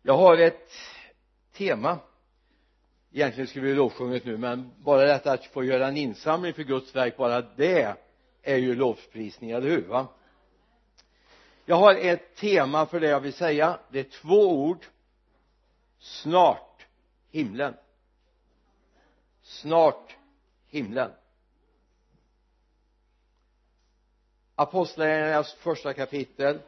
Jag har ett tema. Egentligen skulle vi lovsjunget nu, men bara detta att få göra en insamling för Guds verk, bara det är ju lovprisning, eller hur va? Jag har ett tema för det jag vill säga. Det är 2 ord. Snart himlen. Snart himlen. Apostlagärningarnas första kapitel.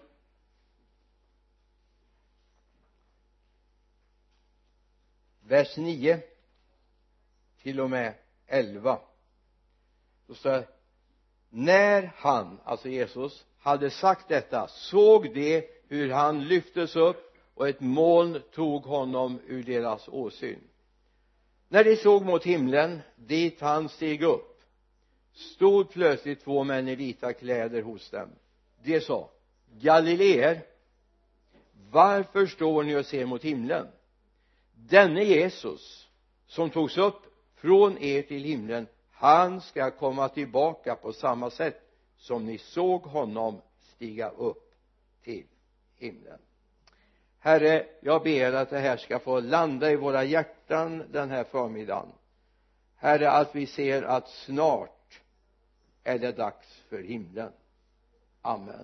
Vers 9 till och med 11. Då står det: när han, alltså Jesus, hade sagt detta, såg de hur han lyftes upp och ett moln tog honom ur deras åsyn. När de såg mot himlen, dit han steg upp, stod plötsligt 2 män i vita kläder hos dem. De sa: Galileer, varför står ni och ser mot himlen? Denne Jesus som togs upp från er till himlen, han ska komma tillbaka på samma sätt som ni såg honom stiga upp till himlen. Herre, jag ber att det här ska få landa i våra hjärtan den här förmiddagen. Herre, att vi ser att snart är det dags för himlen. Amen.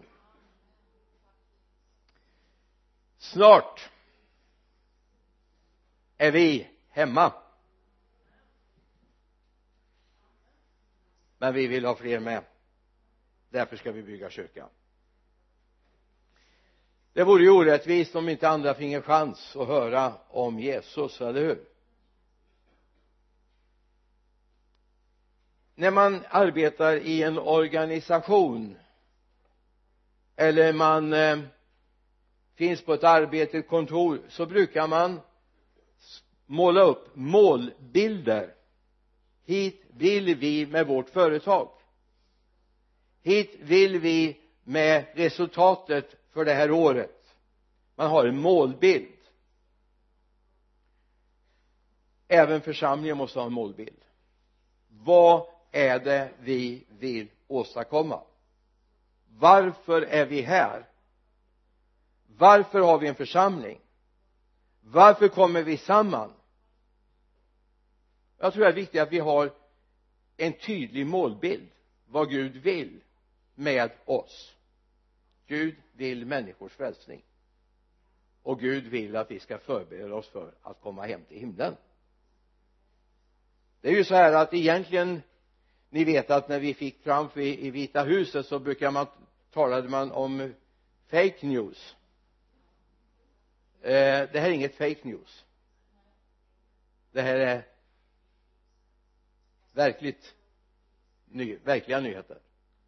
Snart är vi hemma. Men vi vill ha fler med. Därför ska vi bygga kyrkan. Det vore ju orättvist om inte andra finge chans att höra om Jesus, eller hur? När man arbetar i en organisation eller man finns på ett arbete, ett kontor, så brukar man måla upp målbilder. Hit vill vi med vårt företag. Hit vill vi med resultatet för det här året. Man har en målbild. Även församlingen måste ha en målbild. Vad är det vi vill åstadkomma? Varför är vi här? Varför har vi en församling? Varför kommer vi samman? Jag tror det är viktigt att vi har en tydlig målbild. Vad Gud vill med oss. Gud vill människors frälsning. Och Gud vill att vi ska förbereda oss för att komma hem till himlen. Det är ju så här att egentligen, ni vet att när vi fick fram i Vita huset så talade man om fake news. Det här är inget fake news. Det här är verkliga nyheter.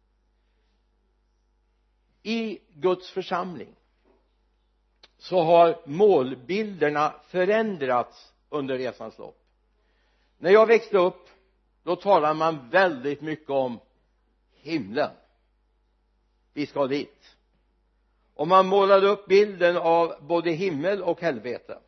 I Guds församling så har målbilderna förändrats under resans lopp. När jag växte upp, då talade man väldigt mycket om himlen. Vi ska dit. Och man målade upp bilden av både himmel och helvete.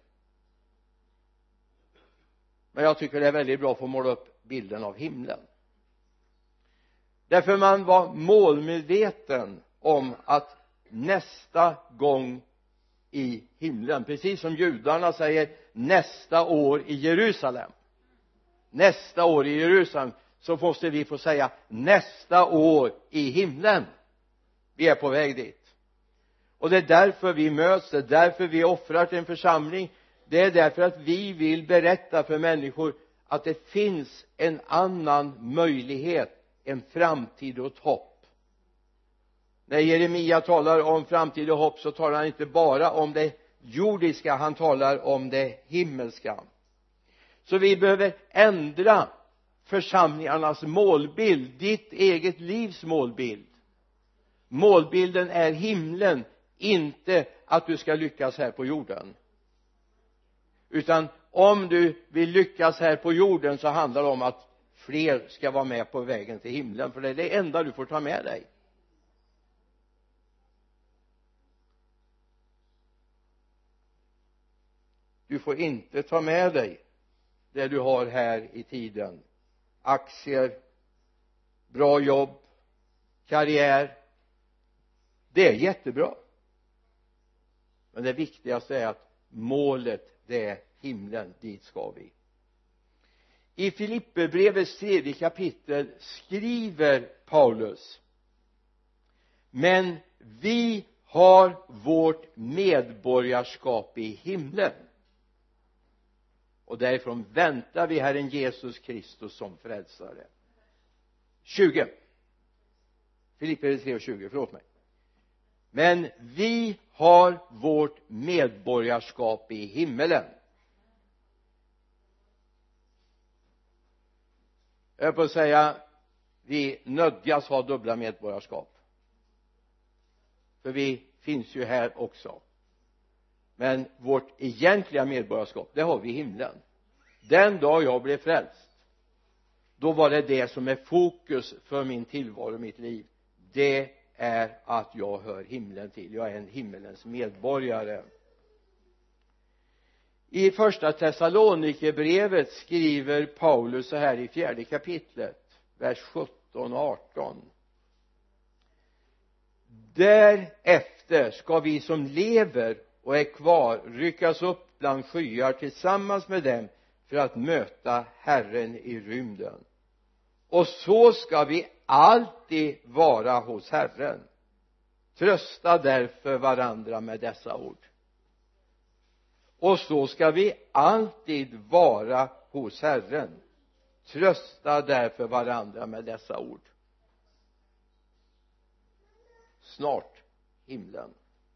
Men jag tycker det är väldigt bra att få måla upp bilden av himlen. Därför man var målmedveten om att nästa gång i himlen, precis som judarna säger nästa år i Jerusalem. Nästa år i Jerusalem, så måste vi få säga nästa år i himlen. Vi är på väg dit. Och det är därför vi möts, det är därför vi offrar till en församling. Det är därför att vi vill berätta för människor att det finns en annan möjlighet, en framtid och ett hopp. När Jeremia talar om framtid och hopp, så talar han inte bara om det jordiska, han talar om det himmelska. Så vi behöver ändra församlingarnas målbild, ditt eget livs målbild. Målbilden är himlen, inte att du ska lyckas här på jorden. Utan om du vill lyckas här på jorden, så handlar det om att fler ska vara med på vägen till himlen. För det är det enda du får ta med dig. Du får inte ta med dig det du har här i tiden. Aktier, bra jobb, karriär. Det är jättebra. Men det viktigaste är att målet, det är himlen, dit ska vi. I Filipperbrevets 3:e kapitel skriver Paulus: men vi har vårt medborgarskap i himlen, och därifrån väntar vi Herren Jesus Kristus som frälsare. 20 Filipperbrevet 3:20, förlåt mig. Men vi har vårt medborgarskap i himmelen. Jag är på att säga, vi nödgas ha dubbla medborgarskap, för vi finns ju här också. Men vårt egentliga medborgarskap, det har vi i himlen. Den dag jag blev frälst, då var det som är fokus för min tillvaro och mitt liv. Det är att jag hör himlen till. Jag är en himmelens medborgare. I första Thessalonikerbrevet skriver Paulus så här i 4:e kapitlet, vers 17 och 18. Därefter ska vi som lever och är kvar ryckas upp bland skyar tillsammans med dem för att möta Herren i rymden. Och så ska vi alltid vara hos Herren. Trösta därför varandra med dessa ord. Och så ska vi alltid vara hos Herren. Trösta därför varandra med dessa ord. Snart himlen.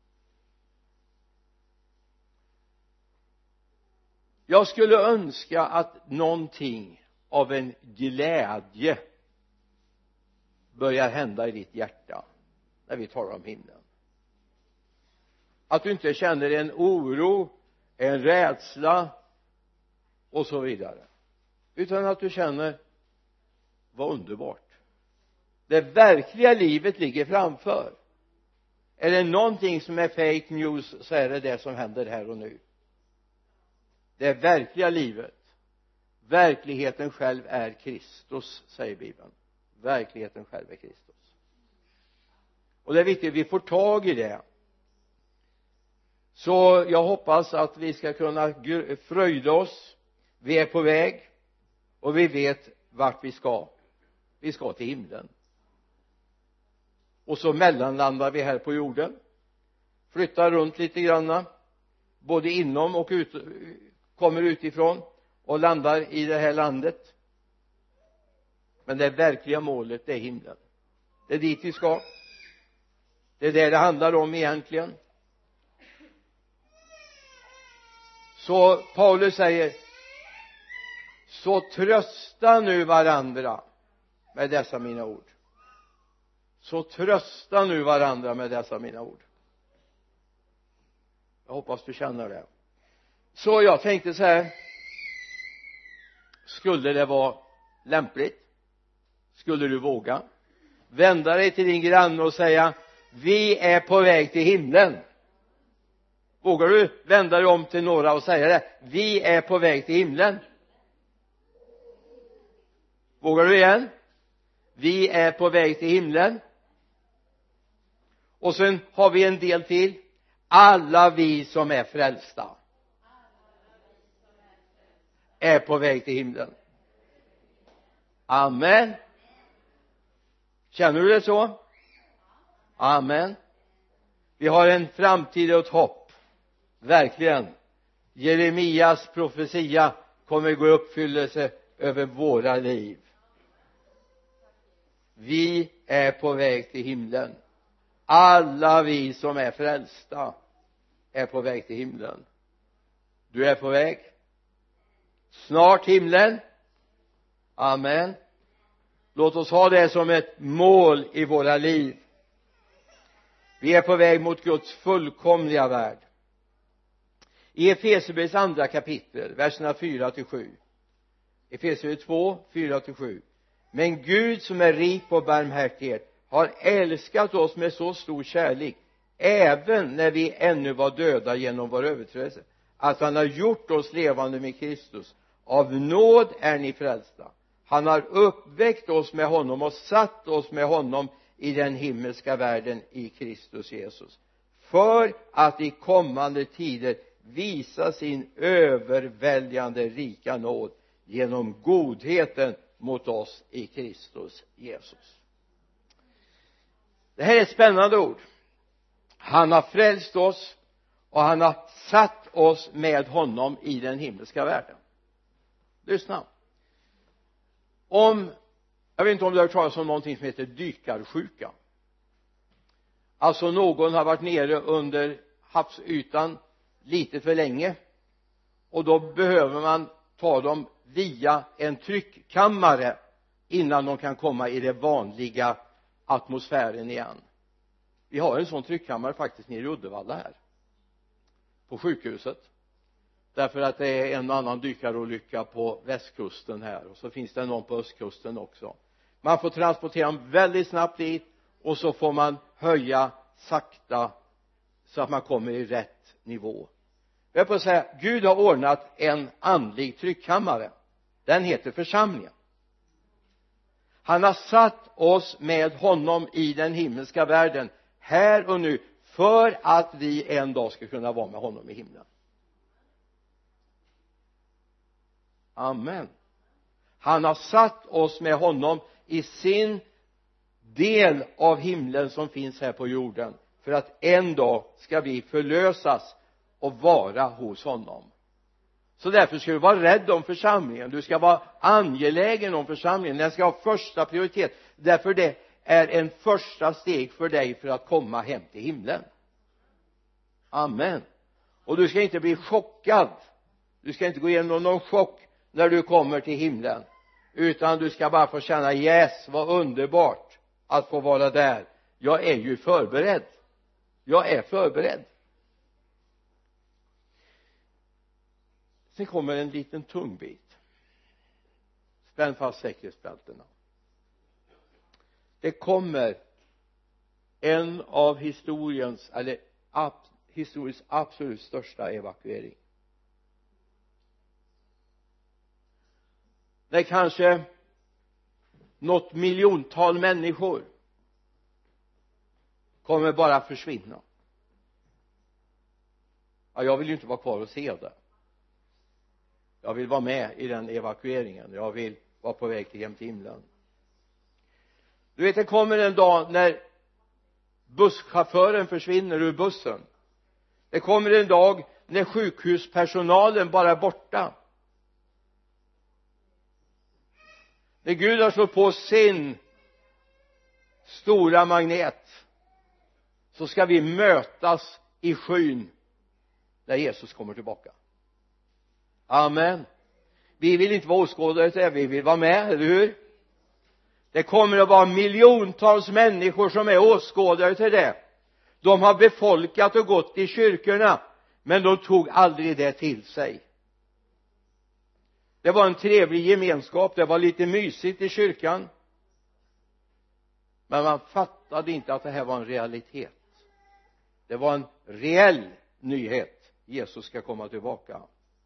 Jag skulle önska att någonting av en glädje börjar hända i ditt hjärta när vi talar om himlen. Att du inte känner en oro, en rädsla och så vidare, utan att du känner, vad underbart, det verkliga livet ligger framför. Är det någonting som är fake news, så är det som händer här och nu. Det verkliga livet, verkligheten själv är Kristus, säger Bibeln. Verkligheten själv är Kristus. Och det är viktigt att vi får tag i det. Så jag hoppas att vi ska kunna fröjda oss. Vi är på väg och vi vet vart vi ska. Vi ska till himlen. Och så mellanlandar vi här på jorden, flyttar runt lite granna, både inom och ut, kommer utifrån och landar i det här landet. Men det verkliga målet, det är himlen. Det är dit vi ska. Det är det handlar om egentligen. Så Paulus säger: så trösta nu varandra med dessa mina ord. Så trösta nu varandra med dessa mina ord. Jag hoppas du känner det. Så jag tänkte så här: skulle det vara lämpligt, skulle du våga vända dig till din granne och säga: vi är på väg till himlen? Vågar du vända dig om till några och säga det? Vi är på väg till himlen. Vågar du igen? Vi är på väg till himlen. Och sen har vi en del till. Alla vi som är frälsta är på väg till himlen. Amen. Känner du det så? Amen. Vi har en framtid och ett hopp. Verkligen. Jeremias profetia kommer gå i uppfyllelse över våra liv. Vi är på väg till himlen. Alla vi som är frälsta är på väg till himlen. Du är på väg. Snart himlen. Amen. Låt oss ha det som ett mål i våra liv. Vi är på väg mot Guds fullkomliga värld. I Efesierbrevets 2:a kapitel, verserna 4-7. Efesierbrevet 2, 4-7. Men Gud som är rik på barmhärtighet har älskat oss med så stor kärlek, även när vi ännu var döda genom vår överträdelse, att han har gjort oss levande med Kristus. Av nåd är ni frälsta. Han har uppväckt oss med honom och satt oss med honom i den himmelska världen i Kristus Jesus, för att i kommande tider visa sin överväldigande rika nåd genom godheten mot oss i Kristus Jesus. Det här är ett spännande ord. Han har frälst oss och han har satt oss med honom i den himmelska världen. Lyssna. Jag vet inte om du har hört talas om någonting som heter dykarsjuka. Alltså någon har varit nere under havsytan lite för länge och då behöver man ta dem via en tryckkammare innan de kan komma i den vanliga atmosfären igen. Vi har en sån tryckkammare faktiskt nere i Uddevalla här på sjukhuset, därför att det är en annan dykarolycka på västkusten här och så finns det någon på östkusten också. Man får transportera dem väldigt snabbt dit och så får man höja sakta så att man kommer i rätt nivå. Jag är på att säga, Gud har ordnat en andlig tryckkammare. Den heter församlingen. Han har satt oss med honom i den himmelska världen här och nu för att vi en dag ska kunna vara med honom i himlen. Amen. Han har satt oss med honom i sin del av himlen som finns här på jorden för att en dag ska vi förlösas och vara hos honom. Så därför ska du vara rädd om församlingen. Du ska vara angelägen om församlingen. Den ska ha första prioritet. Därför det är en första steg för dig för att komma hem till himlen. Amen. Och du ska inte bli chockad. Du ska inte gå igenom någon chock när du kommer till himlen. Utan du ska bara få känna, yes, vad underbart att få vara där. Jag är ju förberedd. Jag är förberedd. Sen kommer en liten tung bit. Spänn fast säkerhetsbältena. Det kommer en av historiens absolut största evakuering. Det kanske något miljontal människor kommer bara försvinna. Ja, jag vill ju inte vara kvar och se det. Jag vill vara med i den evakueringen. Jag vill vara på väg till hem till himlen. Du vet, det kommer en dag när busschauffören försvinner ur bussen. Det kommer en dag när sjukhuspersonalen bara är borta. När Gud har slått på sin stora magnet så ska vi mötas i skyn när Jesus kommer tillbaka. Amen. Vi vill inte vara åskådare till det, vi vill vara med, eller hur? Det kommer att vara miljontals människor som är åskådare till det. De har befolkat och gått i kyrkorna, men de tog aldrig det till sig. Det var en trevlig gemenskap, det var lite mysigt i kyrkan, men man fattade inte att det här var en realitet. Det var en reell nyhet. Jesus ska komma tillbaka.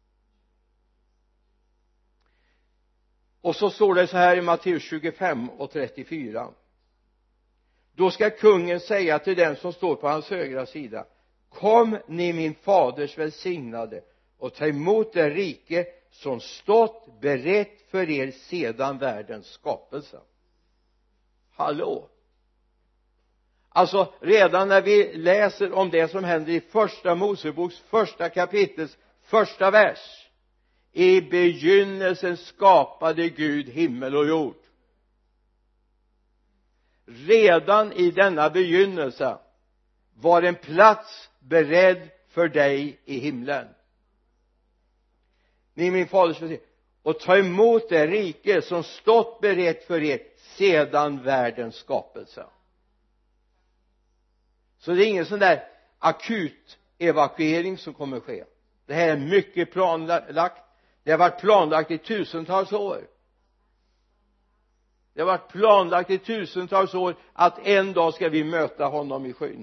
Och så står det så här i Matteus 25 och 34. Då ska kungen säga till den som står på hans högra sida: kom ni min faders välsignade och ta emot det rike som stått berett för er sedan världens skapelse. Hallå. Alltså redan när vi läser om det som händer i första Moseboks första kapitels första vers: i begynnelsen skapade Gud himmel och jord. Redan i denna begynnelse var en plats beredd för dig i himlen. Ni min faders välsignade och ta emot det rike som stått berett för er sedan världens skapelse. Så det är ingen sån där akut evakuering som kommer ske. Det här är mycket planlagt. Det har varit planlagt i tusentals år. Det har varit planlagt i tusentals år att en dag ska vi möta honom i skyn.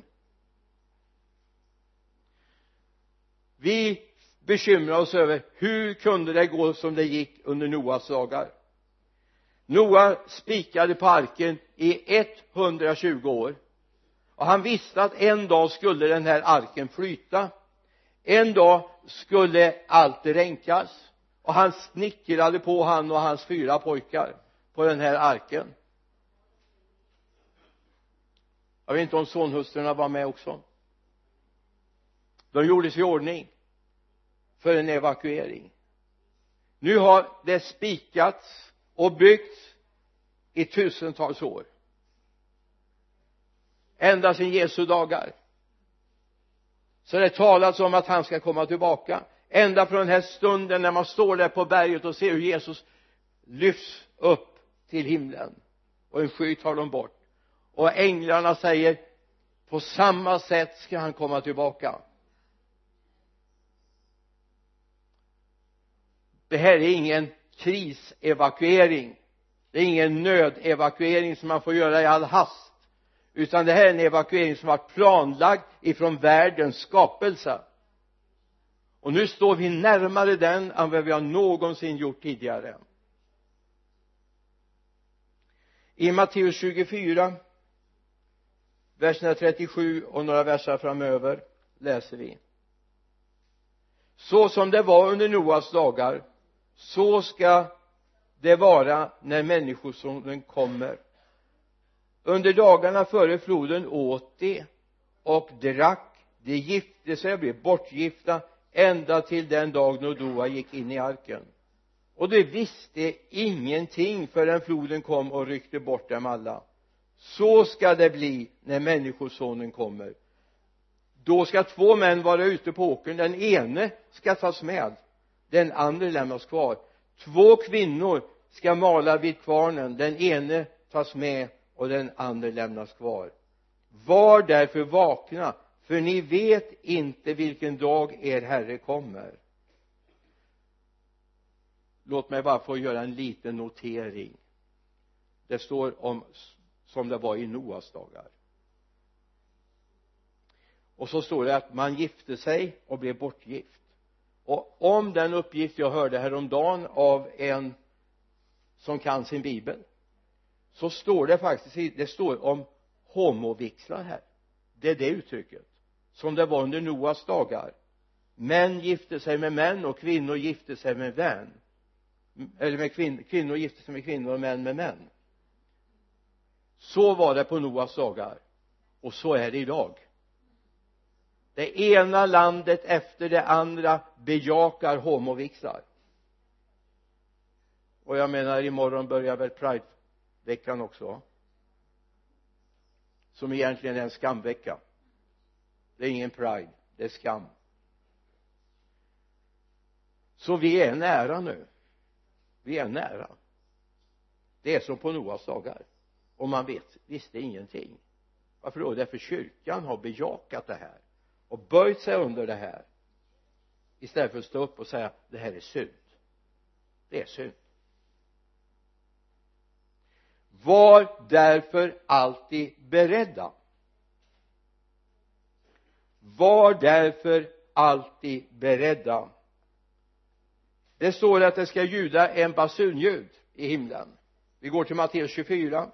Vi bekymrar oss över hur kunde det gå som det gick under Noas dagar. Noa spikade på arken i 120 år. Och han visste att en dag skulle den här arken flyta. En dag skulle allt dränkas, och han snickrade på han och hans 4 pojkar på den här arken. Jag vet inte om sonhustrurna var med också. De gjorde sig i ordning för en evakuering. Nu har det spikats och byggts i tusentals år, ända sedan Jesu dagar. Så det talas om att han ska komma tillbaka, ända från den här stunden när man står där på berget och ser hur Jesus lyfts upp till himlen och en sky tar dem bort, och änglarna säger på samma sätt ska han komma tillbaka. Det här är ingen krisevakuering, det är ingen nödevakuering som man får göra i all hast, utan det här är en evakuering som varit planlagd ifrån världens skapelse, och nu står vi närmare den än vad vi har någonsin gjort tidigare. I Matteus 24 verserna 37 och några verser framöver läser vi: så som det var under Noas dagar, så ska det vara när människosonen kommer. Under dagarna före floden åt de och drack, de gifte sig och blev bortgifta ända till den dag när Noa gick in i arken. Och de visste ingenting förrän floden kom och ryckte bort dem alla. Så ska det bli när människosonen kommer. Då ska 2 män vara ute på åkern, den ene ska tas med, den andra lämnas kvar. 2 kvinnor ska mala vid kvarnen, den ene tas med och den andra lämnas kvar. Var därför vakna, för ni vet inte vilken dag er Herre kommer. Låt mig bara få göra en liten notering. Det står om som det var i Noas dagar. Och så står det att man gifte sig och blev bortgift. Och om den uppgift jag hörde häromdagen av en som kan sin bibel, så står det faktiskt, det står om homovixlar här. Det är det uttrycket som det var under Noas dagar. Män gifte sig med män och kvinnor gifte sig med män, eller med kvinnor gifte sig med kvinnor och män med män. Så var det på Noas dagar, och så är det idag. Det ena landet efter det andra bejakar homovixlar. Och jag menar, imorgon börjar väl Pride-veckan också, som egentligen är en skamvecka. Det är ingen Pride, det är skam. Så vi är nära nu. Vi är nära. Det är som på Noas dagar. Och man visste ingenting. Varför då? Därför kyrkan har bejakat det här och böjt sig under det här, istället för att stå upp och säga det här är synd. Det är synd. Var därför alltid beredda. Var därför alltid beredda. Det står att det ska ljuda en basunljud i himlen. Vi går till Matteus 24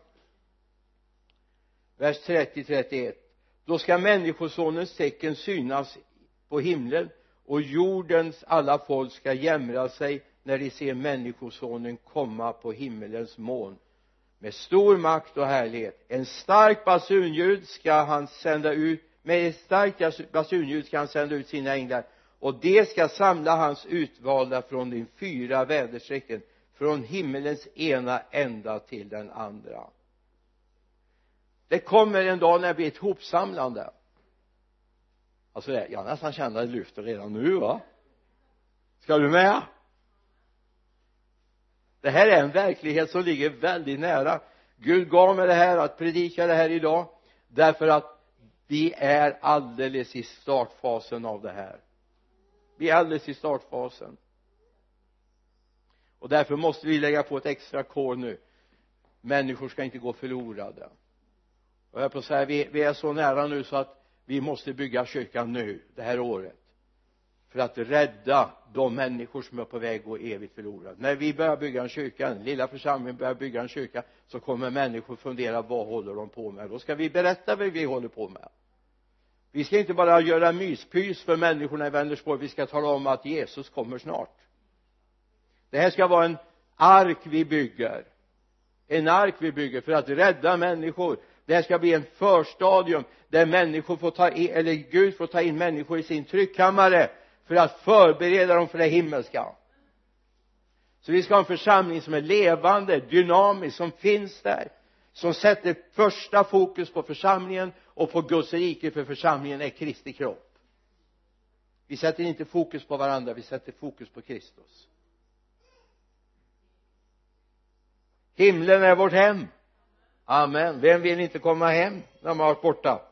vers 30-31. Då ska människosonens tecken synas på himlen, och jordens alla folk ska jämra sig när de ser människosonen komma på himmelens moln med stor makt och härlighet. En stark basunljud ska han sända ut, med ett starkt basunljud ska han sända ut sina änglar, och de ska samla hans utvalda från de 4 väderstrecken, från himmelens ena ända till den andra. Det kommer en dag när det blir ett hopsamlande. Alltså jag nästan känner lyfter redan nu, va? Ska du med? Det här är en verklighet som ligger väldigt nära. Gud gav mig det här att predika det här idag, därför att vi är alldeles i startfasen av det här. Vi är alldeles i startfasen. Och därför måste vi lägga på ett extra kol nu. Människor ska inte gå förlorade. Och jag på att säga, vi är så nära nu så att vi måste bygga kyrkan nu, det här året, för att rädda de människor som är på väg att gå evigt förlorade. När vi börjar bygga en kyrka, en lilla församling börjar bygga en kyrka, så kommer människor fundera, vad håller de på med? Då ska vi berätta vad vi håller på med. Vi ska inte bara göra myspys för människorna i Vänersborg, vi ska tala om att Jesus kommer snart. Det här ska vara en ark vi bygger. En ark vi bygger för att rädda människor. Det här ska bli en förstadium där människor får ta in, eller Gud får ta in människor i sin tryckkammare för att förbereda dem för det himmelska. Så vi ska ha en församling som är levande, dynamisk, som finns där, som sätter första fokus på församlingen och på Guds rike, för församlingen är Kristi kropp. Vi sätter inte fokus på varandra, vi sätter fokus på Kristus. Himlen är vårt hem. Amen. Vem vill inte komma hem när man har varit borta?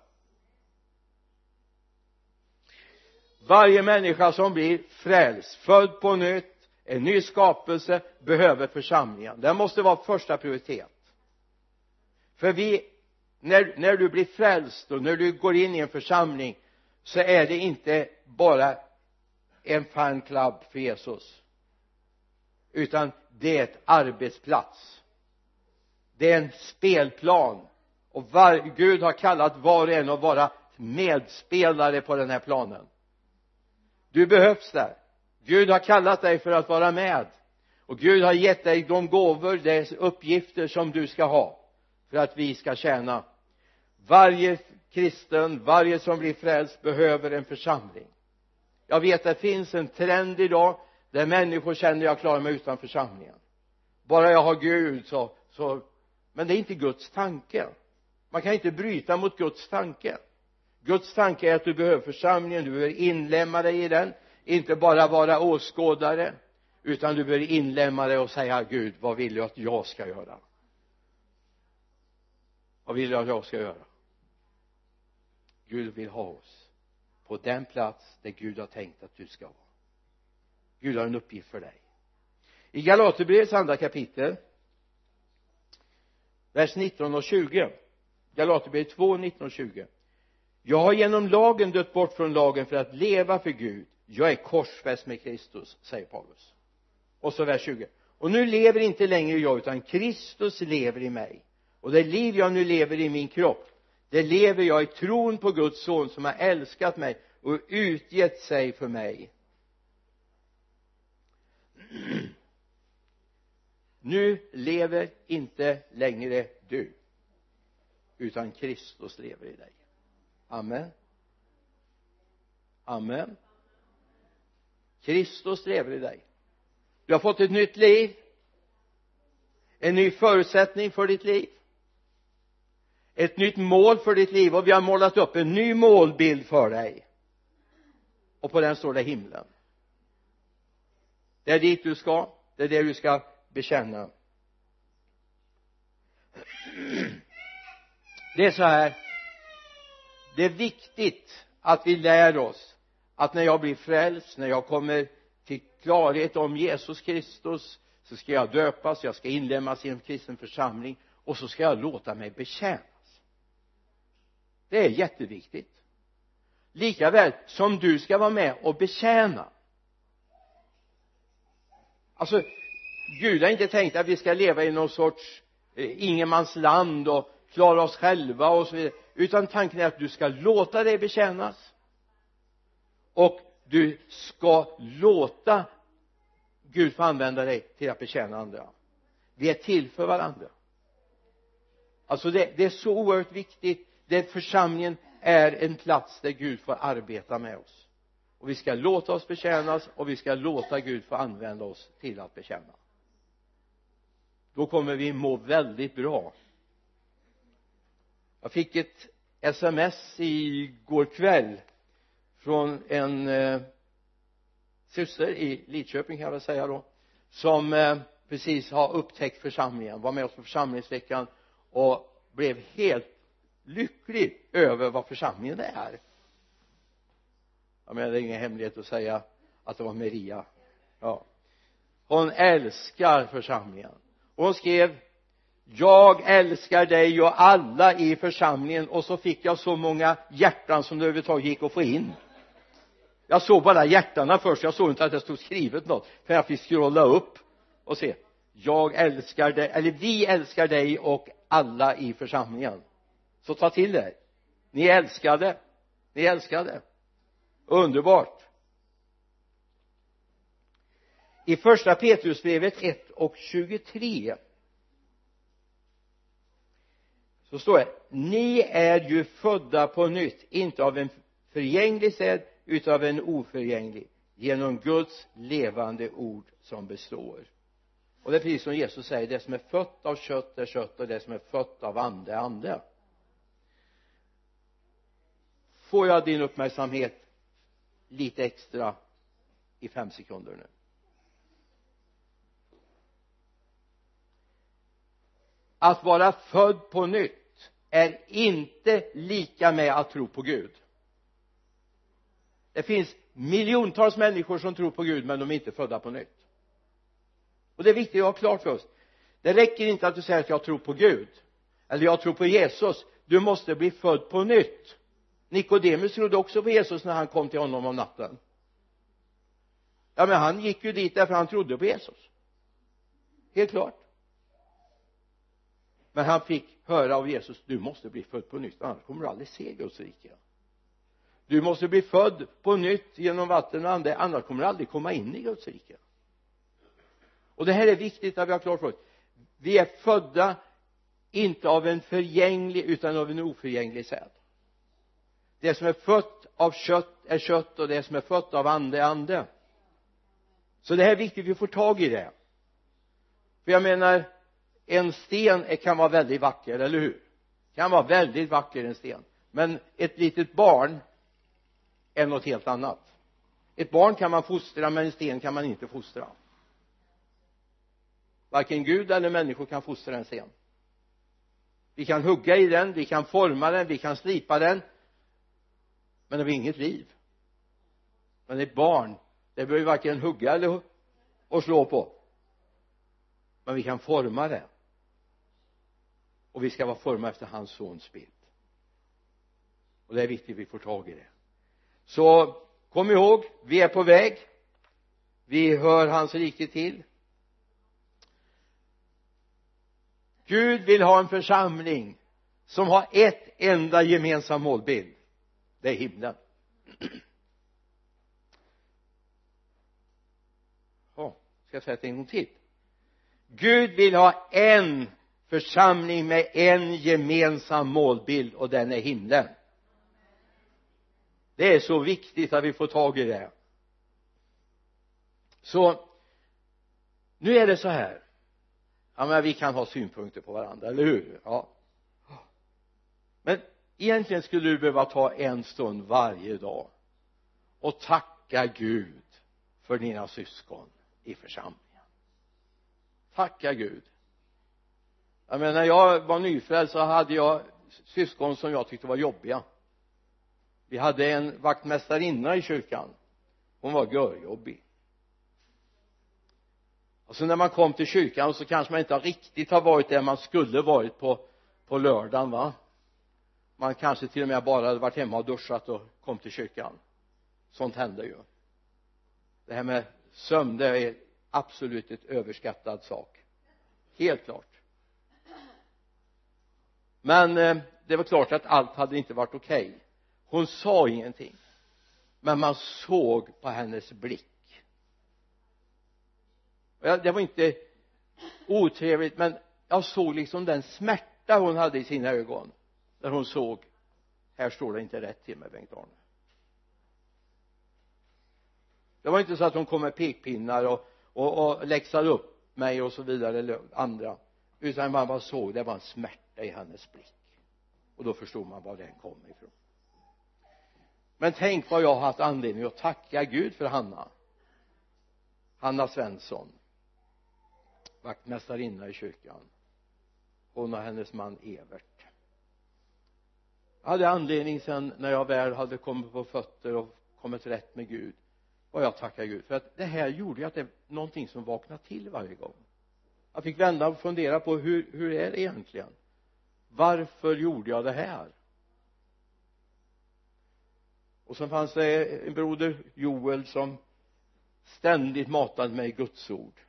Varje människa som blir frälst, född på nytt, en ny skapelse, behöver församlingen. Det måste vara första prioritet. För när du blir frälst och när du går in i en församling, så är det inte bara en fanclub för Jesus, utan det är ett arbetsplats. Det är en spelplan, och Gud har kallat var och en att vara medspelare på den här planen. Du behövs där. Gud har kallat dig för att vara med, och Gud har gett dig de gåvor, de uppgifter som du ska ha för att vi ska tjäna. Varje kristen, varje som blir frälst behöver en församling. Jag vet att det finns en trend idag där människor känner jag klarar mig utan församlingen. Bara jag har Gud så men det är inte Guds tanke. Man kan inte bryta mot Guds tanke. Guds tanke är att du behöver församlingen, du behöver inlämna dig i den, inte bara vara åskådare, utan du behöver inlämna dig och säga: Gud, vad vill du att jag ska göra? Vad vill du att jag ska göra? Gud vill ha oss på den plats där Gud har tänkt att du ska vara. Gud har en uppgift för dig. I Galaterbrevets andra kapitel, vers 19 och 20. Galaterbrevet 2, 19 och 20. Jag har genom lagen dött bort från lagen för att leva för Gud. Jag är korsfäst med Kristus, säger Paulus. Och så vers 20. Och nu lever inte längre jag, utan Kristus lever i mig. Och det liv jag nu lever i min kropp, det lever jag i tron på Guds son som har älskat mig och utgett sig för mig. Nu lever inte längre du, utan Kristus lever i dig. Amen. Amen. Kristus lever i dig. Du har fått ett nytt liv, en ny förutsättning för ditt liv, ett nytt mål för ditt liv, och vi har målat upp en ny målbild för dig, och på den står det himlen. Det är dit du ska, det är det du ska bekänna. Det är så här, det är viktigt att vi lär oss att när jag blir frälst, när jag kommer till klarhet om Jesus Kristus, så ska jag döpas, jag ska inlemmas i en kristen församling, och så ska jag låta mig betjänas. Det är jätteviktigt. Likaväl som du ska vara med och betjäna. Alltså, Gud har inte tänkt att vi ska leva i någon sorts ingenmansland och klara oss själva och så vidare, utan tanken är att du ska låta dig betjänas, och du ska låta Gud få använda dig till att betjäna andra. Vi är till för varandra. Alltså det är så oerhört viktigt. Församlingen är en plats där Gud får arbeta med oss, och vi ska låta oss betjänas, och vi ska låta Gud få använda oss till att betjäna. Då kommer vi må väldigt bra. Jag fick ett sms igår kväll från en syster i Lidköping, kan jag väl säga då, som precis har upptäckt församlingen, var med oss på församlingsveckan och blev helt lycklig över vad församlingen är. Jag menar, det är ingen hemlighet att säga att det var Maria. Ja. Hon älskar församlingen, och hon skrev: jag älskar dig och alla i församlingen. Och så fick jag så många hjärtan som det överhuvudtaget gick att få in. Jag såg bara hjärtarna först, jag såg inte att det stod skrivet något, för jag fick scrolla upp och se: jag älskar dig, eller vi älskar dig och alla i församlingen. Så ta till er, ni älskade, Ni älskar det. Underbart. I första Petrusbrevet 1:23 så står det: ni är ju födda på nytt, inte av en förgänglig säd utan av en oförgänglig, genom Guds levande ord som består. Och det är precis som Jesus säger, det som är fött av kött är kött och det som är fött av ande är ande. Får jag din uppmärksamhet lite extra i 5 sekunder nu? Att vara född på nytt är inte lika med att tro på Gud. Det finns miljontals människor som tror på Gud, men de är inte födda på nytt. Och det är viktigt att ha klart för oss. Det räcker inte att du säger att jag tror på Gud eller jag tror på Jesus. Du måste bli född på nytt. Nikodemus trodde också på Jesus när han kom till honom om natten. Ja, men han gick ju dit därför han trodde på Jesus. Helt klart. Men han fick höra av Jesus: du måste bli född på nytt, annars kommer du aldrig se Guds rike. Du måste bli född på nytt genom vatten och ande, annars kommer du aldrig komma in i Guds rike. Och det här är viktigt att vi har klart för oss. Vi är födda inte av en förgänglig utan av en oförgänglig säd. Det som är fött av kött är kött och det som är fött av ande är ande. Så det här är viktigt, vi får tag i det. För jag menar, en sten kan vara väldigt vacker, eller hur? Kan vara väldigt vacker, en sten. Men ett litet barn är något helt annat. Ett barn kan man fostra, men en sten kan man inte fostra. Varken Gud eller människor kan fostra en sten. Vi kan hugga i den, vi kan forma den, vi kan slipa den, men det har inget liv. Men ett barn, det behöver varken hugga eller och slå på, men vi kan forma det. Och vi ska vara formade efter hans sons bild. Och det är viktigt att vi får tag i det. Så kom ihåg, vi är på väg. Vi hör hans rike till. Gud vill ha en församling som har ett enda gemensam målbild. Det är himlen. Ska jag säga det en gång till? Gud vill ha en församling med en gemensam målbild, och den är himlen. Det är så viktigt att vi får tag i det. Så nu är det så här. Ja, men vi kan ha synpunkter på varandra, eller hur? Ja. Men egentligen skulle du behöva ta en stund varje dag och tacka Gud för dina syskon i församlingen. Tacka Gud. Jag menar, när jag var nyfrälst så hade jag syskon som jag tyckte var jobbiga. Vi hade en vaktmästarinna i kyrkan. Hon var görjobbig. Och så när man kom till kyrkan så kanske man inte riktigt har varit där man skulle varit på lördagen, va? Man kanske till och med bara hade varit hemma och duschat och kom till kyrkan. Sånt händer ju. Det här med sömn, det är absolut ett överskattad sak. Helt klart. Men det var klart att allt hade inte varit okej. Hon sa ingenting, men man såg på hennes blick. Det var inte otrevligt, men jag såg liksom den smärta hon hade i sina ögon när hon såg: här står det inte rätt till med Bengt-Arne. Det var inte så att hon kom med pekpinnar och läxade upp mig och så vidare, eller andra, utan man bara såg, det var en smärta i hennes blick, och då förstod man var den kom ifrån. Men tänk vad jag har haft anledning att tacka Gud för Hanna Svensson, vaktmästarinna i kyrkan. Hon och hennes man Evert. Jag hade anledning sen när jag väl hade kommit på fötter och kommit rätt med Gud, och jag tackar Gud för att det här gjorde att det är någonting som vaknade till varje gång. Jag fick vända och fundera på hur är det egentligen? Varför gjorde jag det här? Och så fanns det en broder, Joel, som ständigt matade mig Guds ord.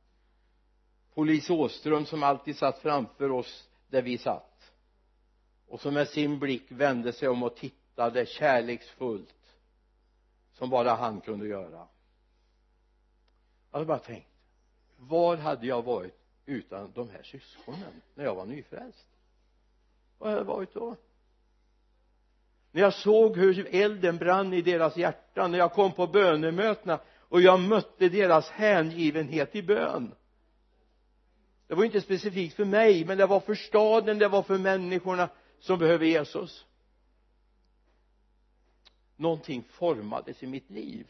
Polis Åström som alltid satt framför oss där vi satt och som med sin blick vände sig om och tittade kärleksfullt som bara han kunde göra. Jag hade bara tänkt, var hade jag varit utan de här syskonen när jag var nyfrälst? Var hade jag varit då? När jag såg hur elden brann i deras hjärtan, när jag kom på bönemötena och jag mötte deras hängivenhet i bön. Det var inte specifikt för mig, men det var för staden, det var för människorna som behöver Jesus. Någonting formades i mitt liv.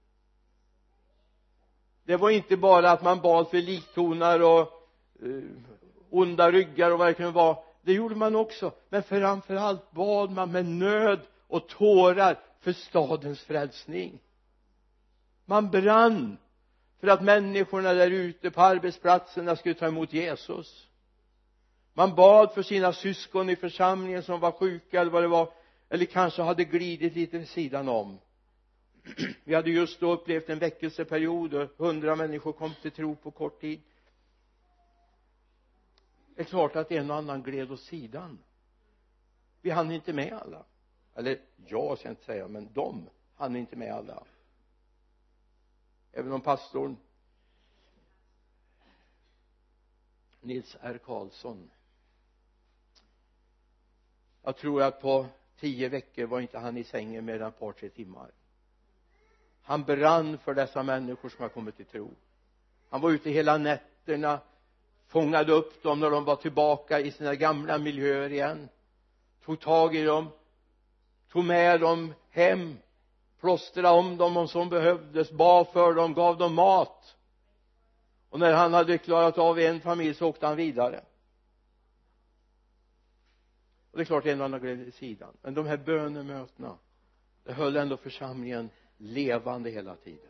Det var inte bara att man bad för liktonar och onda ryggar och vad det kunde vara. Det gjorde man också, men framförallt bad man med nöd och tårar för stadens frälsning. Man brann för att människorna där ute på arbetsplatserna skulle ta emot Jesus. Man bad för sina syskon i församlingen som var sjuka eller vad det var, eller kanske hade glidit lite vid sidan om. Vi hade just då upplevt en väckelseperiod och 100 människor kom till tro på kort tid. Det är klart att en och annan gled åt sidan. Vi hann inte med alla. Eller jag ska inte säga, men de hann inte med alla. Även om pastorn Nils R. Karlsson, jag tror att på 10 veckor var inte han i sängen mer än ett par 3 timmar. Han brann för dessa människor som har kommit till tro. Han var ute hela nätterna, fångade upp dem när de var tillbaka i sina gamla miljöer igen, tog tag i dem, tog med dem hem, plåstrade om dem om som behövdes, bad för dem, gav dem mat. Och när han hade klarat av en familj så åkte han vidare. Och det är klart en och annan gled vid sidan, men de här bönemötena, det höll ändå församlingen levande hela tiden.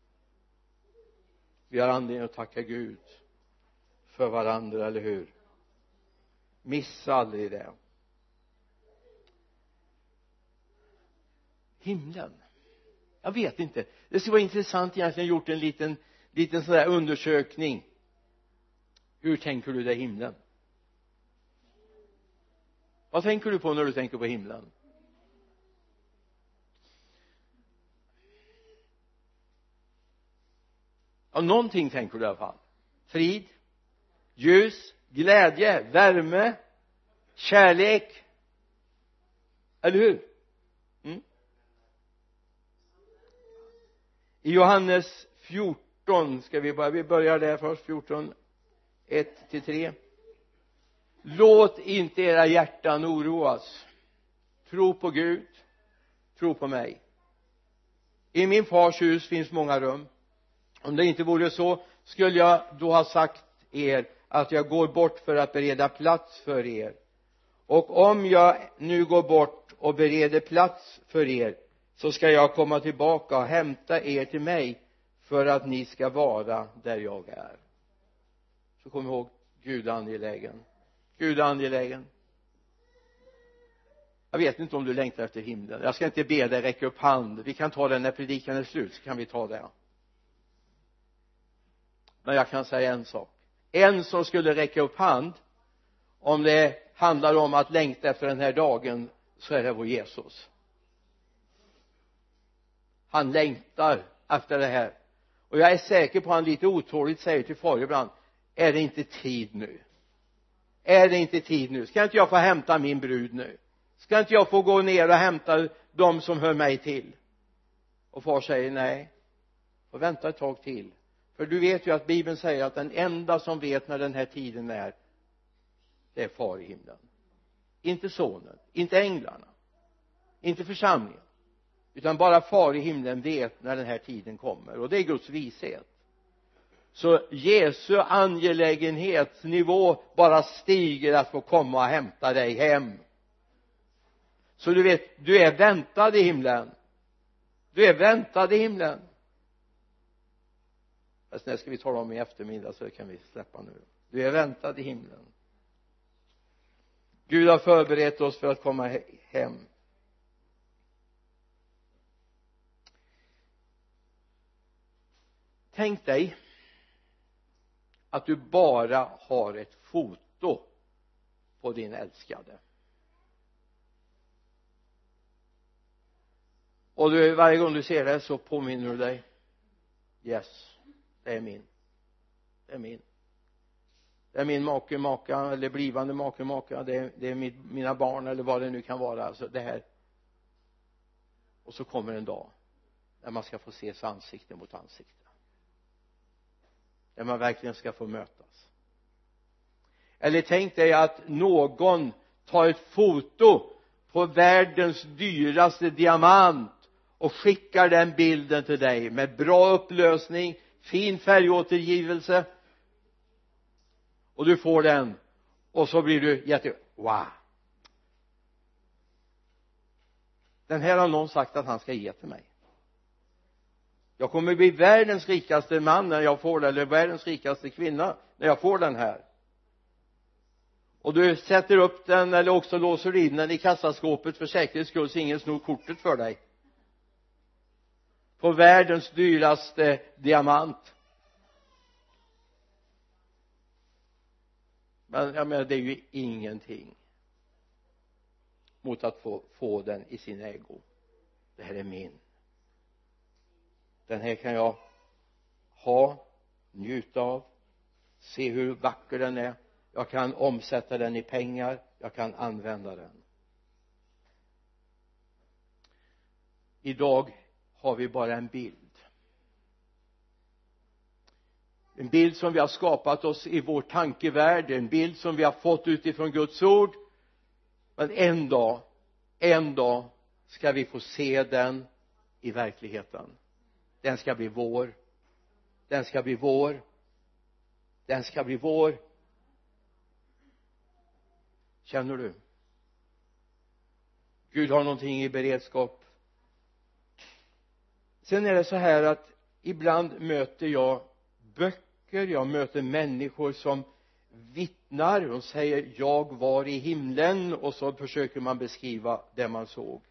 Vi har anledning att tacka Gud för varandra, eller hur? Missa aldrig det. Himlen, jag vet inte, det skulle vara intressant egentligen gjort en liten sån där undersökning. Hur tänker du dig himlen? Vad tänker du på när du tänker på himlen? Ja, någonting tänker du i alla fall. Frid, ljus, glädje, värme, kärlek. Eller hur? I Johannes 14 ska vi börjar där först, 14, 1-3. Låt inte era hjärtan oroas. Tro på Gud, tro på mig. I min fars hus finns många rum. Om det inte vore så skulle jag då ha sagt er att jag går bort för att bereda plats för er. Och om jag nu går bort och bereder plats för er, så ska jag komma tillbaka och hämta er till mig, för att ni ska vara där jag är. Så kom ihåg, Gud är angelägen. Gud är angelägen. Jag vet inte om du längtar efter himlen. Jag ska inte be dig räcka upp hand. Vi kan ta den när predikan är slut, så kan vi ta det. Men jag kan säga en sak. En som skulle räcka upp hand, om det handlar om att längta efter den här dagen, så är det vår Jesus. Han längtar efter det här. Och jag är säker på att han lite otåligt säger till far ibland: är det inte tid nu? Är det inte tid nu? Ska inte jag få hämta min brud nu? Ska inte jag få gå ner och hämta de som hör mig till? Och far säger: nej, får vänta ett tag till. För du vet ju att Bibeln säger att den enda som vet när den här tiden är, det är far i himlen. Inte sonen, inte änglarna, inte församlingen, utan bara far i himlen vet när den här tiden kommer. Och det är Guds vishet. Så Jesu angelägenhetsnivå bara stiger att få komma och hämta dig hem. Så du vet, du är väntad i himlen. Du är väntad i himlen. Fast det ska vi tala om i eftermiddag, så det kan vi släppa nu. Du är väntad i himlen. Gud har förberett oss för att komma hem. Tänk dig att du bara har ett foto på din älskade. och varje gång du ser det så påminner du dig, yes, det är min, det är min, det är min maka eller blivande maka, det är mina barn eller vad det nu kan vara, alltså det här. Och så kommer en dag när man ska få ses ansikte mot ansikte, där man verkligen ska få mötas. Eller tänk dig att någon tar ett foto på världens dyraste diamant och skickar den bilden till dig med bra upplösning, fin färgåtergivelse, och du får den och så blir du wow, den här har någon sagt att han ska ge till mig. Jag kommer bli världens rikaste man när jag får den, eller världens rikaste kvinna när jag får den här. Och du sätter upp den eller också låser in den i kassaskåpet för säkerhets skull så ingen snor kortet för dig. På världens dyraste diamant. Men jag menar, det är ju ingenting mot att få den i sin ägo. Det här är min. Den här kan jag ha, njuta av, se hur vacker den är. Jag kan omsätta den i pengar, jag kan använda den. Idag har vi bara en bild. En bild som vi har skapat oss i vår tankevärld, en bild som vi har fått utifrån Guds ord. Men en dag ska vi få se den i verkligheten. Den ska bli vår. Den ska bli vår. Den ska bli vår. Känner du? Gud har någonting i beredskap. Sen är det så här att ibland möter jag böcker, jag möter människor som vittnar och säger jag var i himlen, och så försöker man beskriva det man såg.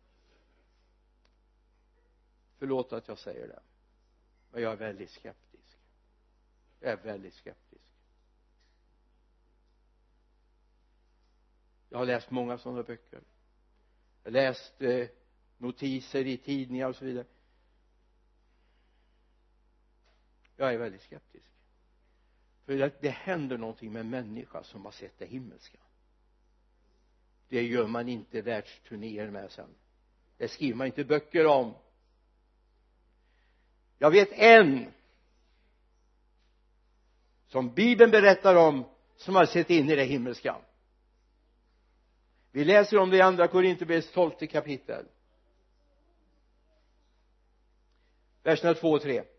Förlåt att jag säger det, men jag är väldigt skeptisk. Jag är väldigt skeptisk. Jag har läst många sådana böcker. Jag har läst notiser i tidningar och så vidare. Jag är väldigt skeptisk. För det händer någonting med människa som har sett det himmelska. Det gör man inte världsturnéer med sen. Det skriver man inte böcker om. Jag vet en som Bibeln berättar om som har sett in i det himmelska. Vi läser om det i andra Korinthierbrevets 12:e kapitel. Verserna 2 och 3.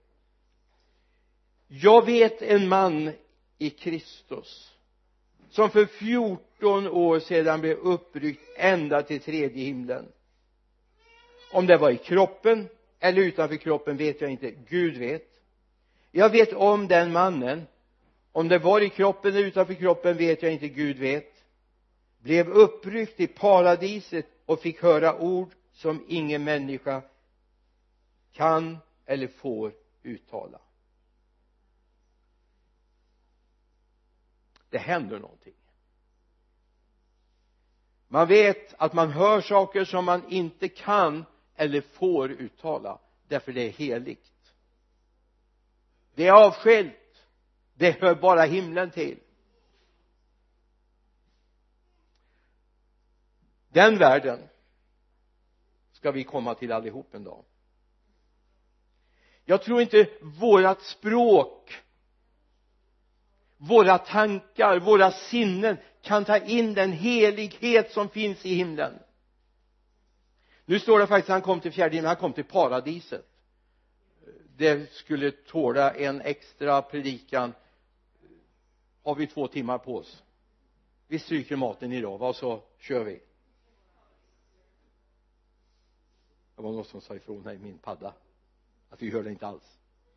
Jag vet en man i Kristus som för 14 år sedan blev uppryckt ända till tredje himlen. Om det var i kroppen eller utanför kroppen vet jag inte. Gud vet. Jag vet om den mannen. Om det var i kroppen eller utanför kroppen vet jag inte. Gud vet. Blev uppryckt i paradiset och fick höra ord som ingen människa kan eller får uttala. Det händer någonting. Man vet att man hör saker som man inte kan eller får uttala, därför det är heligt. Det är avskilt. Det hör bara himlen till. Den världen ska vi komma till allihop en dag. Jag tror inte vårat språk, våra tankar, våra sinnen kan ta in den helighet som finns i himlen. Nu står det faktiskt att han kom till fjärde himlen, han kom till paradiset. Det skulle tåla en extra predikan. Har vi 2 timmar på oss? Vi stryker maten idag, vad så kör vi. Det var någon som sa ifrån här i min padda att vi hör det inte alls.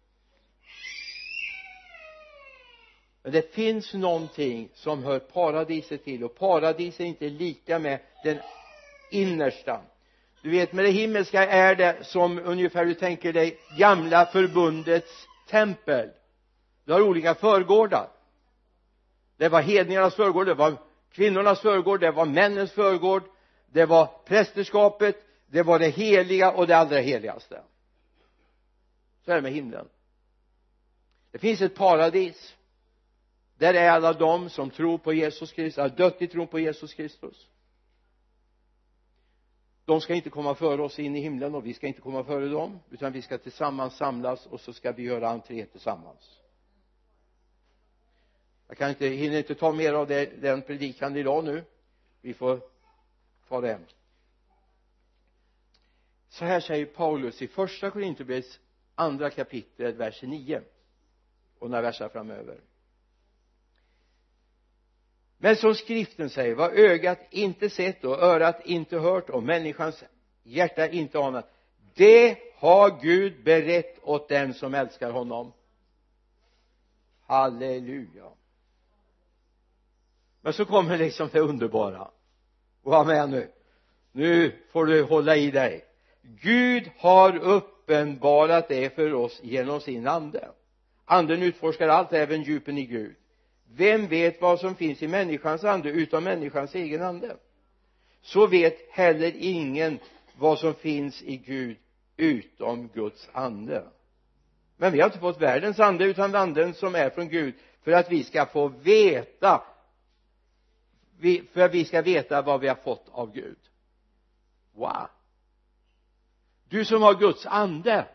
Men det finns någonting som hör paradiset till, och paradiset är inte lika med den innersta. Du vet, med det himmelska är det som ungefär du tänker dig gamla förbundets tempel. Du har olika förgårdar. Det var hedningarnas förgård, det var kvinnornas förgård, det var männens förgård, det var prästerskapet, det var det heliga och det allra heligaste. Så är det med himlen. Det finns ett paradis. Där är alla de som tror på Jesus Kristus, har dött i tron på Jesus Kristus. De ska inte komma före oss in i himlen och vi ska inte komma före dem, utan vi ska tillsammans samlas och så ska vi göra entré tillsammans. Jag hinner inte ta mer av den predikan idag nu. Vi får ta det. Så här säger Paulus i första Korinthierbrevets andra kapitel, vers 9 och några verser framöver. Men som skriften säger, vad ögat inte sett och örat inte hört och människans hjärta inte anat, det har Gud berett åt den som älskar honom. Halleluja. Men så kommer liksom det underbara. Var med nu får du hålla i dig. Gud har uppenbarat det för oss genom sin ande. Anden utforskar allt, även djupen i Gud. Vem vet vad som finns i människans ande utom människans egen ande? Så vet heller ingen vad som finns i Gud utom Guds ande. Men vi har inte fått världens ande utan anden som är från Gud, för att vi ska få veta, för att vi ska veta vad vi har fått av Gud. Wow. Du som har Guds ande,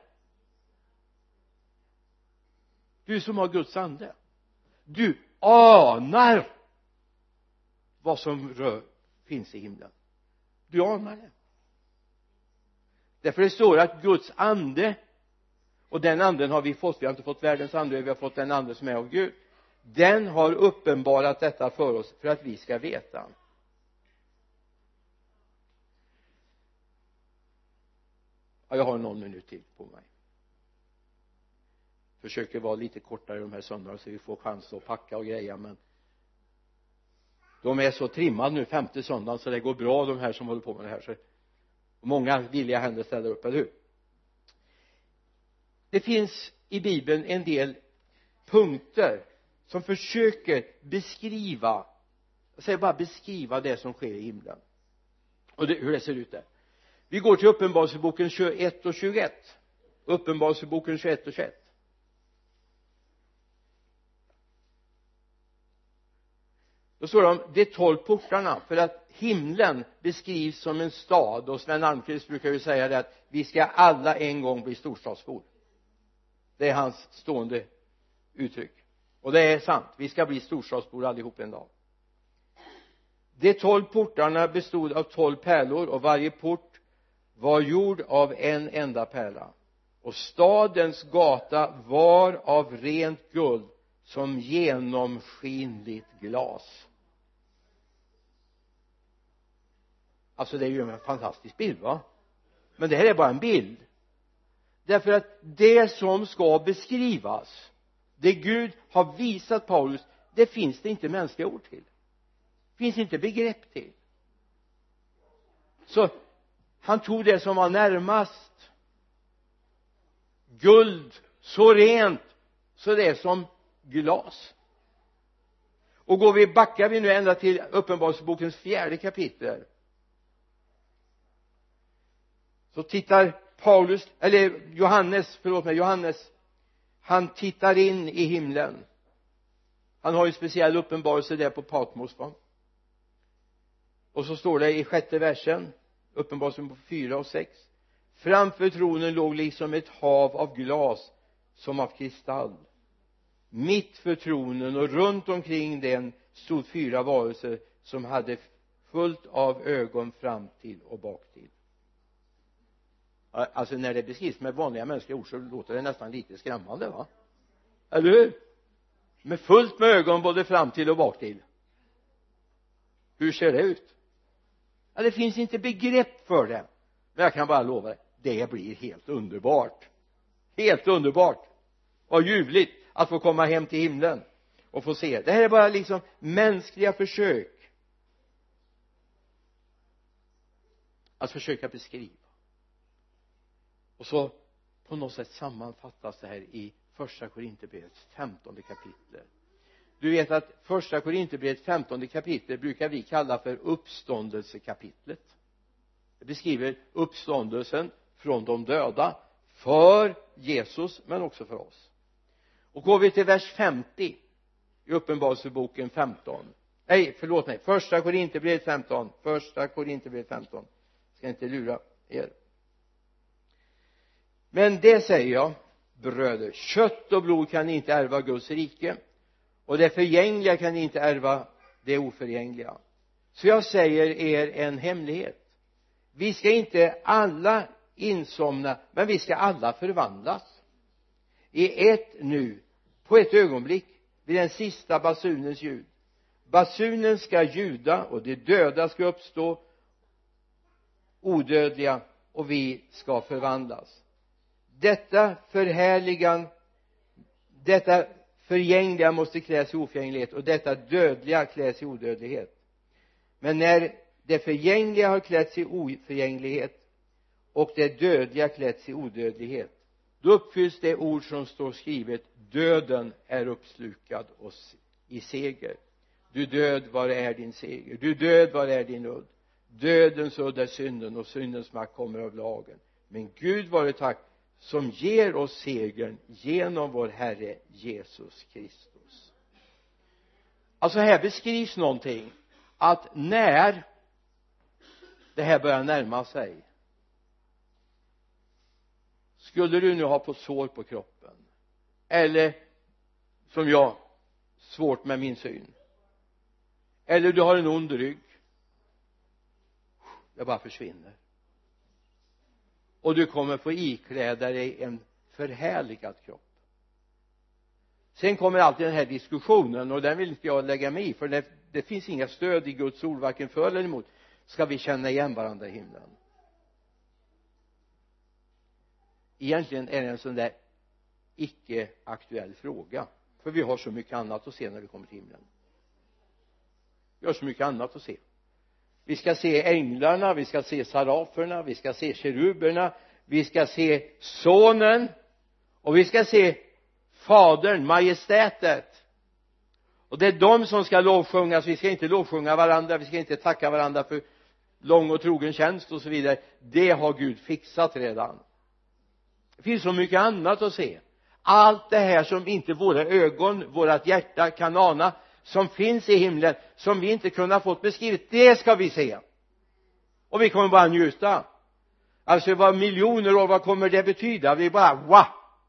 du anar vad som finns i himlen. Du anar det. Därför det står att Guds ande, och den anden har vi fått, vi har inte fått världens ande, vi har fått den ande som är av Gud. Den har uppenbarat detta för oss för att vi ska veta. Ja, jag har någon minut till på mig. Försöker vara lite kortare de här söndagarna så vi får chans att packa och greja, men de är så trimmade nu 50 söndagen så det går bra, de här som håller på med det här, så många villiga händer ställer upp, eller hur? Det finns i Bibeln en del punkter som försöker beskriva, jag säger bara beskriva det som sker i himlen och hur det ser ut där. Vi går till Uppenbarelseboken 21 och 21. Uppenbarelseboken 21 och 21. Då står det om de 12 portarna, för att himlen beskrivs som en stad, och Sven Almqvist brukar ju säga det att vi ska alla en gång bli storstadsbor. Det är hans stående uttryck, och det är sant, vi ska bli storstadsbor allihop en dag. De 12 portarna bestod av 12 pärlor, och varje port var gjord av en enda pärla, och stadens gata var av rent guld som genomskinligt glas. Alltså det är ju en fantastisk bild, va? Men det här är bara en bild, därför att det som ska beskrivas, det Gud har visat Paulus, det finns det inte mänskliga ord till, finns inte begrepp till. Så han tog det som var närmast, guld så rent så det är som glas. Och backar vi nu ända till Uppenbarelsebokens 4:e kapitel, så tittar Johannes, han tittar in i himlen. Han har ju speciell uppenbarelse där på Patmos, va? Och så står det i 6:e versen, Uppenbarelsen 4 och 6. Framför tronen låg liksom ett hav av glas som av kristall. Mitt för tronen och runt omkring den stod 4 varelser som hade fullt av ögon fram till och bak till. Alltså när det beskrivs med vanliga mänskliga ord så låter det nästan lite skrämmande, va? Eller hur? Med fullt med ögon både fram till och bak till. Hur ser det ut? Ja, det finns inte begrepp för det, men jag kan bara lova dig, det blir helt underbart. Helt underbart och ljuvligt att få komma hem till himlen och få se. Det här är bara liksom mänskliga försök att försöka beskriva. Och så på något sätt sammanfattas det här i första Korinthierbrevets 15:e kapitel. Du vet att första Korinthierbrevets 15:e kapitel brukar vi kalla för uppståndelsekapitlet. Det beskriver uppståndelsen från de döda för Jesus men också för oss. Och går vi till vers 50 i Uppenbarelseboken 15, första Korinthierbrevet 15, ska inte lura er. Men det säger jag, bröder, kött och blod kan inte ärva Guds rike, och det förgängliga kan inte ärva det oförgängliga. Så jag säger er en hemlighet: vi ska inte alla insomna, men vi ska alla förvandlas i ett nu, på ett ögonblick, vid den sista basunens ljud. Basunen ska ljuda och de döda ska uppstå odödliga, och vi ska förvandlas. Detta förgängliga måste kläs i oförgänglighet, och detta dödliga kläs i odödlighet. Men när det förgängliga har klätts i oförgänglighet och det dödliga klätts i odödlighet, då uppfylls det ord som står skrivet: döden är uppslukad oss i seger. Du död, var är din seger? Du död, var är din udd? Dödens udd är synden, och syndens makt kommer av lagen. Men Gud vare tack, som ger oss segern genom vår Herre Jesus Kristus. Alltså här beskrivs någonting, att när det här börjar närma sig, skulle du nu ha på sår på kroppen, eller som jag, svårt med min syn, eller du har en ond rygg, det bara försvinner, och du kommer få ikläda dig en förhärligad kropp. Sen kommer alltid den här diskussionen, och den vill inte jag lägga mig i, för det finns inga stöd i Guds ord, varken för eller emot. Ska vi känna igen varandra i himlen? Egentligen är det en sån där icke-aktuell fråga, för vi har så mycket annat att se när vi kommer till himlen. Vi har så mycket annat att se. Vi ska se änglarna, vi ska se saraferna, vi ska se keruberna, vi ska se sonen, och vi ska se fadern, majestätet. Och det är de som ska lovsjungas. Vi ska inte lovsjunga varandra, vi ska inte tacka varandra för lång och trogen tjänst och så vidare. Det har Gud fixat redan. Det finns så mycket annat att se. Allt det här som inte våra ögon, vårat hjärta kan ana, som finns i himlen, som vi inte kunnat fått beskrivet, det ska vi se. Och vi kommer bara njuta. Alltså vad miljoner år, vad kommer det betyda? Vi bara, wow!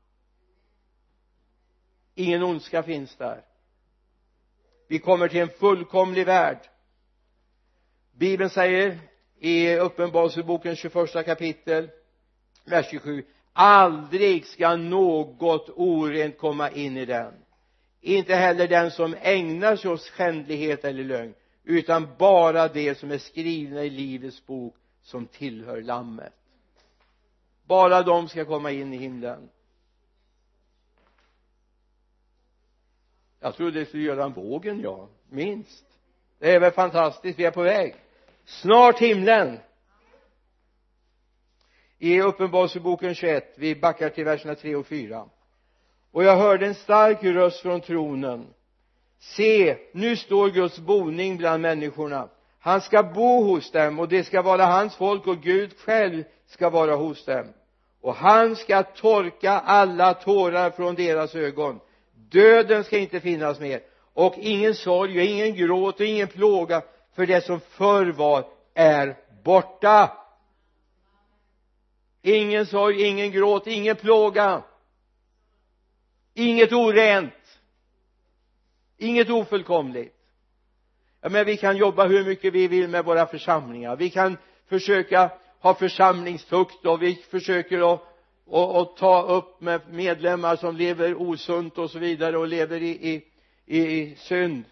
Ingen ondska finns där. Vi kommer till en fullkomlig värld. Bibeln säger i Uppenbarelseboken 21 kapitel, vers 27: aldrig ska något orent komma in i den, inte heller den som ägnar sig åt skändlighet eller lögn, utan bara det som är skrivna i livets bok som tillhör lammet. Bara de ska komma in i himlen. Jag trodde det skulle göra en vågen, ja, minst. Det är väl fantastiskt, vi är på väg. Snart himlen. I Uppenbarelseboken 21, vi backar till verserna 3 och 4. Och jag hörde en stark röst från tronen: se, nu står Guds boning bland människorna. Han ska bo hos dem, och det ska vara hans folk, och Gud själv ska vara hos dem. Och han ska torka alla tårar från deras ögon. Döden ska inte finnas mer, och ingen sorg och ingen gråt och ingen plåga, för det som förr var är borta. Ingen sorg, ingen gråt, ingen plåga, inget orent, inget ofullkomligt. Ja, men vi kan jobba hur mycket vi vill med våra församlingar. Vi kan försöka ha församlingstukt, och vi försöker att ta upp med medlemmar som lever osunt och så vidare, och lever i synd.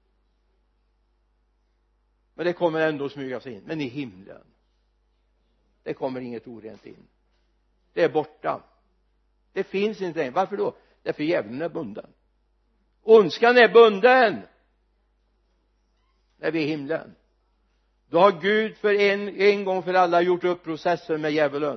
Men det kommer ändå smyga sig in. Men i himlen, det kommer inget orent in. Det är borta. Det finns inte än. Varför då? Därför djävulen är bunden. Ondskan är bunden. När vi är i himlen, då har Gud för en gång för alla gjort upp processen med djävulen.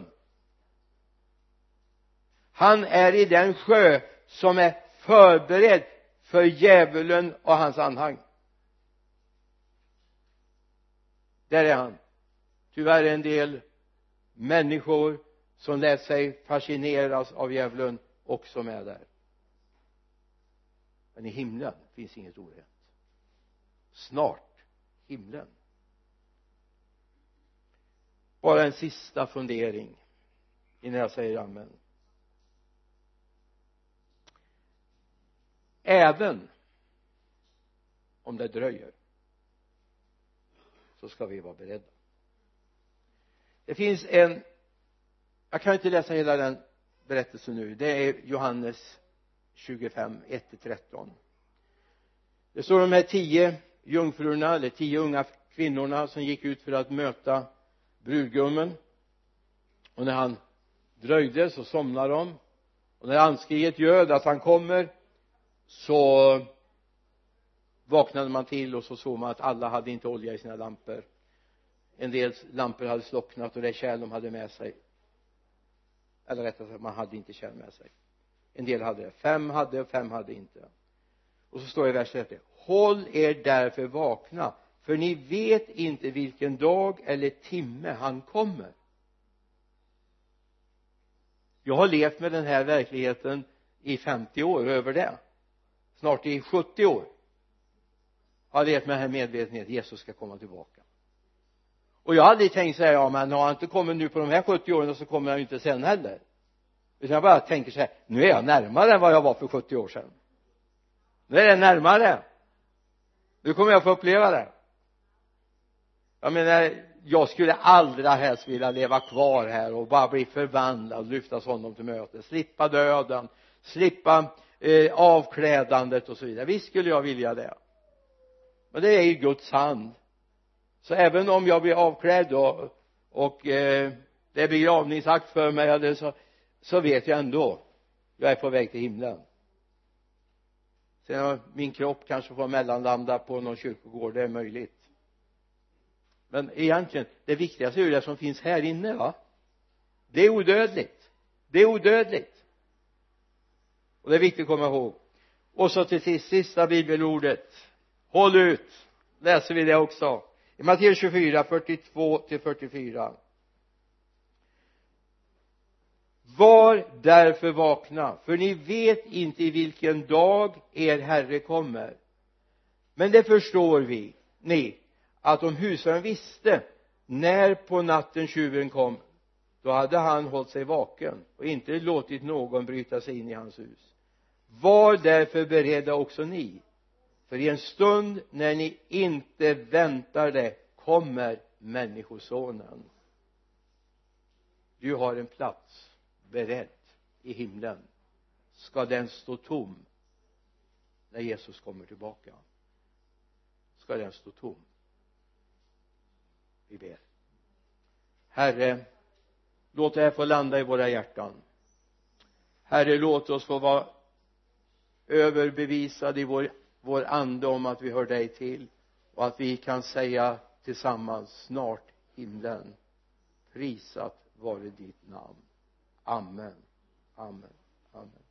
Han är i den sjö som är förberedd för djävulen och hans anhang. Där är han. tyvärr en del människor som lät sig fascineras av djävulen också med där. Men i himlen finns inget orent. Snart himlen. Bara en sista fundering innan jag säger amen. Även om det dröjer så ska vi vara beredda. Det finns jag kan inte läsa hela den berättelsen nu. Det är Johannes 25, 1-13. Det står de här 10 jungfrurna eller 10 unga kvinnorna som gick ut för att möta brudgummen, och när han dröjde så somnade de, och när anskriet ljöd att han kommer så vaknade man till, och så såg man att alla hade inte olja i sina lampor. En del lampor hade slocknat och det kärl de hade med sig, eller rättare sagt man hade inte kärl med sig. En del hade det, 5 hade och 5 hade inte. Och så står det i vers 30: håll er därför vakna, för ni vet inte vilken dag eller timme han kommer. Jag har levt med den här verkligheten i 50 år, över det snart i 70 år har jag levt med den här medvetenheten: Jesus ska komma tillbaka. Och jag har aldrig tänkt säga, ja men har han inte kommit nu på de här 70 åren så kommer han ju inte sen heller. Utan jag bara tänker så här: nu är jag närmare än vad jag var för 70 år sedan. Nu är det närmare. Nu kommer jag få uppleva det. Jag menar, jag skulle allra helst vilja leva kvar här och bara bli förvandlad och lyftas honom till möte, slippa döden, slippa avklädandet och så vidare. Visst skulle jag vilja det, men det är ju Guds hand. Så även om jag blir avklädd och det är begravningsakt för mig eller så vet jag ändå jag är på väg till himlen. Sen har min kropp kanske får mellanlanda på någon kyrkogård, det är möjligt. Men egentligen det viktigaste är det som finns här inne, va? Det är odödligt. Det är odödligt. Och det är viktigt att komma ihåg. Och så till sista bibelordet: håll ut. Läser vi det också i Matteus 24, 42-44. Var därför vakna, för ni vet inte i vilken dag er Herre kommer. Men det förstår ni att om husaren visste när på natten tjuven kom, då hade han hållit sig vaken och inte låtit någon bryta sig in i hans hus. Var därför beredda också ni, för i en stund när ni inte väntar det kommer människosonen. Du har en plats beredd i himlen. Ska den stå tom när Jesus kommer tillbaka? Ska den stå tom? Vi ber. Herre, låt det här få landa i våra hjärtan. Herre, låt oss få vara överbevisade i vår ande om att vi hör dig till, och att vi kan säga tillsammans: snart himlen, prisat vare ditt namn. Amen, amen, amen.